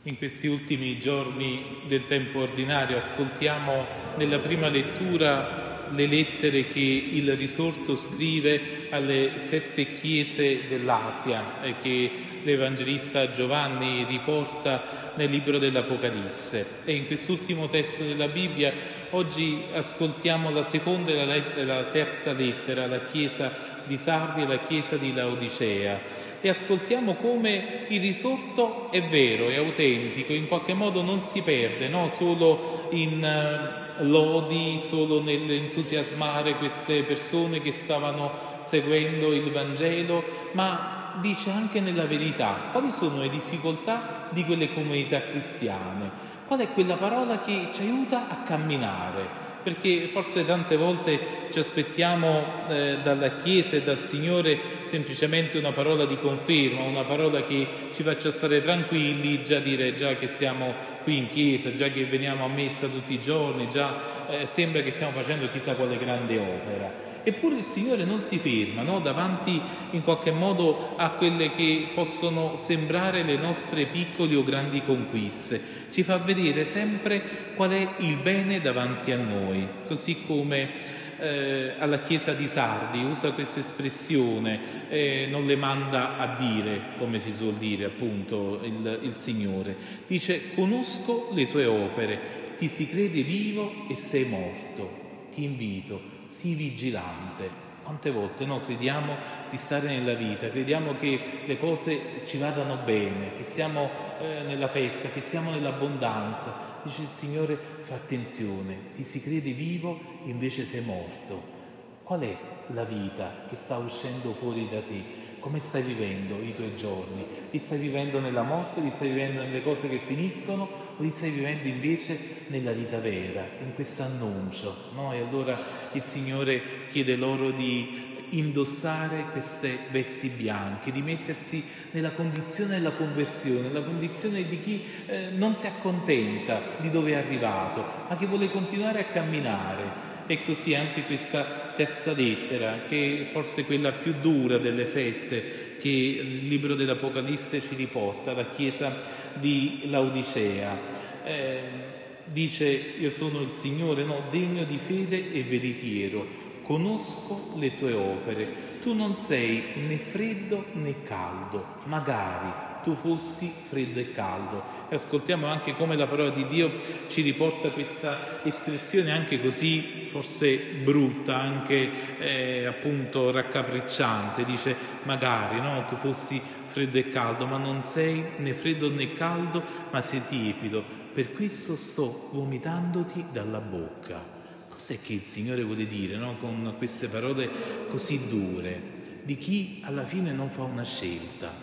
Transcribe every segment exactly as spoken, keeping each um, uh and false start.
In questi ultimi giorni del tempo ordinario ascoltiamo nella prima lettura le lettere che il risorto scrive alle sette chiese dell'Asia e che l'Evangelista Giovanni riporta nel libro dell'Apocalisse. E in quest'ultimo testo della Bibbia oggi ascoltiamo la seconda e la, let- la terza lettera, la chiesa di Sardi e la chiesa di Laodicea. E ascoltiamo come il risorto è vero, è autentico, in qualche modo non si perde, no? Solo in uh, lodi, solo nell'entusiasmare queste persone che stavano seguendo il Vangelo, ma dice anche nella verità quali sono le difficoltà di quelle comunità cristiane, qual è quella parola che ci aiuta a camminare. Perché forse tante volte ci aspettiamo eh, dalla Chiesa e dal Signore semplicemente una parola di conferma, una parola che ci faccia stare tranquilli, già dire già che siamo qui in Chiesa, già che veniamo a messa tutti i giorni, già eh, sembra che stiamo facendo chissà quale grande opera. Eppure il Signore non si ferma, no? Davanti in qualche modo a quelle che possono sembrare le nostre piccole o grandi conquiste. Ci fa vedere sempre qual è il bene davanti a noi, così come eh, alla chiesa di Sardi usa questa espressione, eh, non le manda a dire, come si suol dire appunto il, il Signore. Dice: conosco le tue opere, ti si crede vivo e sei morto, ti invito, sii vigilante. Quante volte noi crediamo di stare nella vita, crediamo che le cose ci vadano bene, che siamo eh, nella festa, che siamo nell'abbondanza. Dice il Signore: fa attenzione, ti si crede vivo, invece sei morto. Qual è la vita che sta uscendo fuori da te? Come stai vivendo i tuoi giorni? Li stai vivendo nella morte? Li stai vivendo nelle cose che finiscono? O li stai vivendo invece nella vita vera, in questo annuncio? No? E allora il Signore chiede loro di indossare queste vesti bianche, di mettersi nella condizione della conversione, nella condizione di chi eh, non si accontenta di dove è arrivato, ma che vuole continuare a camminare. E così anche questa terza lettera, che forse è quella più dura delle sette che il libro dell'Apocalisse ci riporta, la chiesa di Laodicea, eh, dice: io sono il Signore, no, degno di fede e veritiero, conosco le tue opere, tu non sei né freddo né caldo, magari tu fossi freddo e caldo. E ascoltiamo anche come la parola di Dio ci riporta questa espressione anche così forse brutta, anche eh, appunto raccapricciante. Dice: magari, no, tu fossi freddo e caldo, ma non sei né freddo né caldo, ma sei tiepido, per questo sto vomitandoti dalla bocca. Cos'è che il Signore vuole dire, no, con queste parole così dure, di chi alla fine non fa una scelta?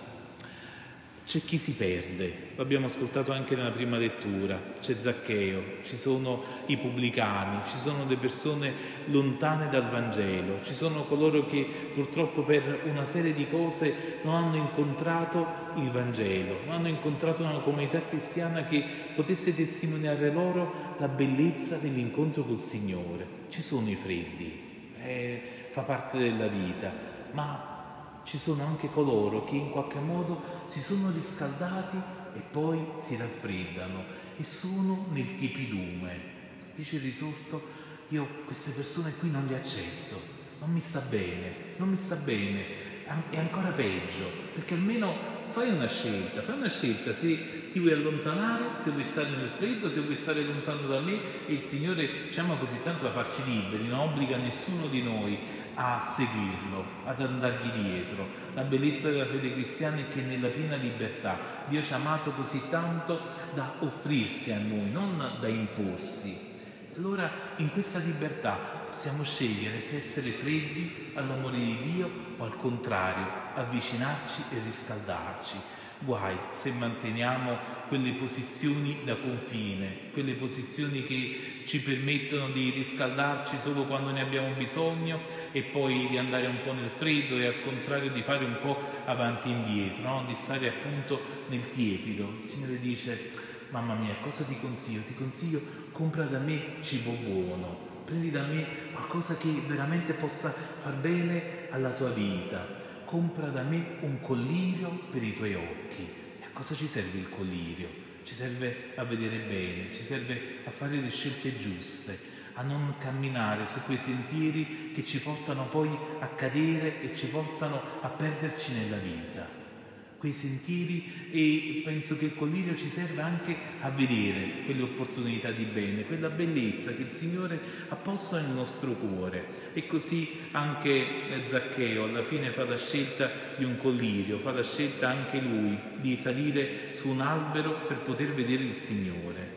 C'è chi si perde, l'abbiamo ascoltato anche nella prima lettura, c'è Zaccheo, ci sono i pubblicani, ci sono le persone lontane dal Vangelo, ci sono coloro che purtroppo per una serie di cose non hanno incontrato il Vangelo, non hanno incontrato una comunità cristiana che potesse testimoniare loro la bellezza dell'incontro col Signore. Ci sono i freddi, eh, fa parte della vita, ma ci sono anche coloro che in qualche modo si sono riscaldati e poi si raffreddano e sono nel tiepidume. Dice il risorto: io queste persone qui non le accetto, non mi sta bene, non mi sta bene, è ancora peggio, perché almeno fai una scelta, fai una scelta se ti vuoi allontanare, se vuoi stare nel freddo, se vuoi stare lontano da me. E il Signore ci ama così tanto da farci liberi, non obbliga nessuno di noi a seguirlo, ad andargli dietro. La bellezza della fede cristiana è che nella piena libertà Dio ci ha amato così tanto da offrirsi a noi, non da imporsi. Allora in questa libertà possiamo scegliere se essere freddi all'amore di Dio o al contrario avvicinarci e riscaldarci. Guai se manteniamo quelle posizioni da confine, quelle posizioni che ci permettono di riscaldarci solo quando ne abbiamo bisogno e poi di andare un po' nel freddo, e al contrario di fare un po' avanti e indietro, no? Di stare appunto nel tiepido. Il Signore dice: mamma mia, cosa ti consiglio? Ti consiglio, compra da me cibo buono, prendi da me qualcosa che veramente possa far bene alla tua vita. Compra da me un collirio per i tuoi occhi. E a cosa ci serve il collirio? ci serve a vedere bene, ci serve a fare le scelte giuste, a non camminare su quei sentieri che ci portano poi a cadere e ci portano a perderci nella vita. Quei sentieri, e penso che il collirio ci serve anche a vedere quelle opportunità di bene, quella bellezza che il Signore ha posto nel nostro cuore. E così anche Zaccheo alla fine fa la scelta di un collirio, fa la scelta anche lui di salire su un albero per poter vedere il Signore.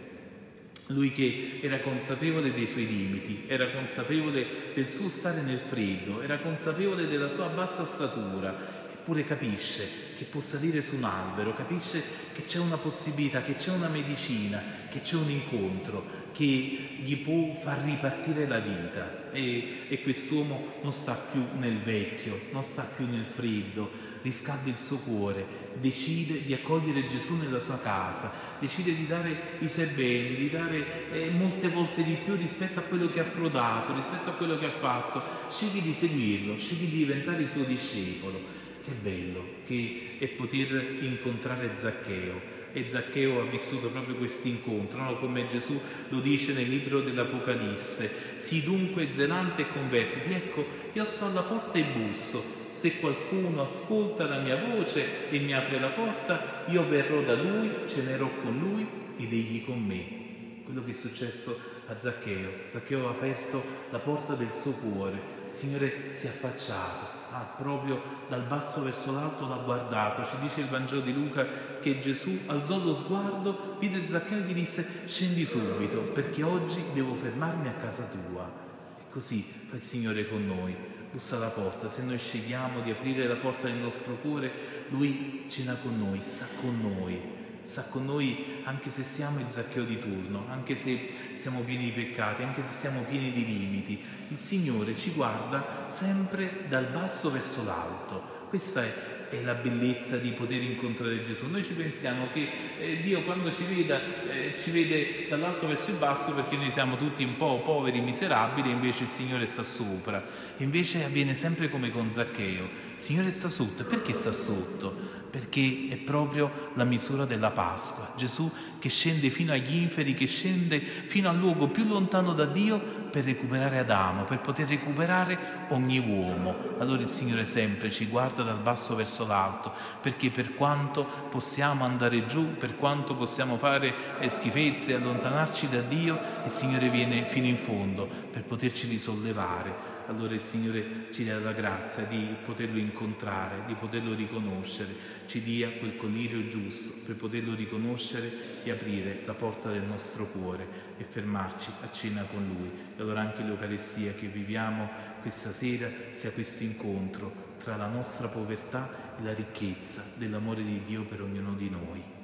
Lui che era consapevole dei suoi limiti, era consapevole del suo stare nel freddo, era consapevole della sua bassa statura, eppure capisce che può salire su un albero, capisce che c'è una possibilità, che c'è una medicina, che c'è un incontro che gli può far ripartire la vita. E, e quest'uomo non sta più nel vecchio, non sta più nel freddo, riscalda il suo cuore, decide di accogliere Gesù nella sua casa, decide di dare i suoi beni, di dare eh, molte volte di più rispetto a quello che ha frodato, rispetto a quello che ha fatto. Sceglie di seguirlo, sceglie di diventare il suo discepolo. Che bello che è poter incontrare Zaccheo. E Zaccheo ha vissuto proprio questo incontro, no? Come Gesù lo dice nel libro dell'Apocalisse: sii dunque zelante e convertiti, ecco, io sto alla porta e busso, se qualcuno ascolta la mia voce e mi apre la porta, io verrò da lui, cenerò con lui ed egli con me. Quello che è successo a Zaccheo. Zaccheo ha aperto la porta del suo cuore, il Signore si è affacciato, ah, proprio dal basso verso l'alto l'ha guardato. Ci dice il Vangelo di Luca che Gesù alzò lo sguardo, vide Zaccheo e gli disse: scendi subito, perché oggi devo fermarmi a casa tua. E così fa il Signore con noi, bussa alla porta. Se noi scegliamo di aprire la porta del nostro cuore, Lui cena con noi, sta con noi. Sta con noi anche se siamo il Zaccheo di turno, anche se siamo pieni di peccati, anche se siamo pieni di limiti. Il Signore ci guarda sempre dal basso verso l'alto. Questa è, è la bellezza di poter incontrare Gesù. Noi ci pensiamo che eh, Dio quando ci veda eh, ci vede dall'alto verso il basso, perché noi siamo tutti un po' poveri, miserabili, e invece il Signore sta sopra. Invece avviene sempre come con Zaccheo: il Signore sta sotto. E perché sta sotto? Perché è proprio la misura della Pasqua. Gesù che scende fino agli inferi, che scende fino al luogo più lontano da Dio per recuperare Adamo, per poter recuperare ogni uomo. Allora il Signore sempre ci guarda dal basso verso l'alto, perché per quanto possiamo andare giù, per quanto possiamo fare schifezze e allontanarci da Dio, il Signore viene fino in fondo per poterci risollevare. Allora il Signore ci dà la grazia di poterlo incontrare, di poterlo riconoscere, ci dia quel collirio giusto per poterlo riconoscere e aprire la porta del nostro cuore e fermarci a cena con Lui. E allora anche l'Eucaristia che viviamo questa sera sia questo incontro tra la nostra povertà e la ricchezza dell'amore di Dio per ognuno di noi.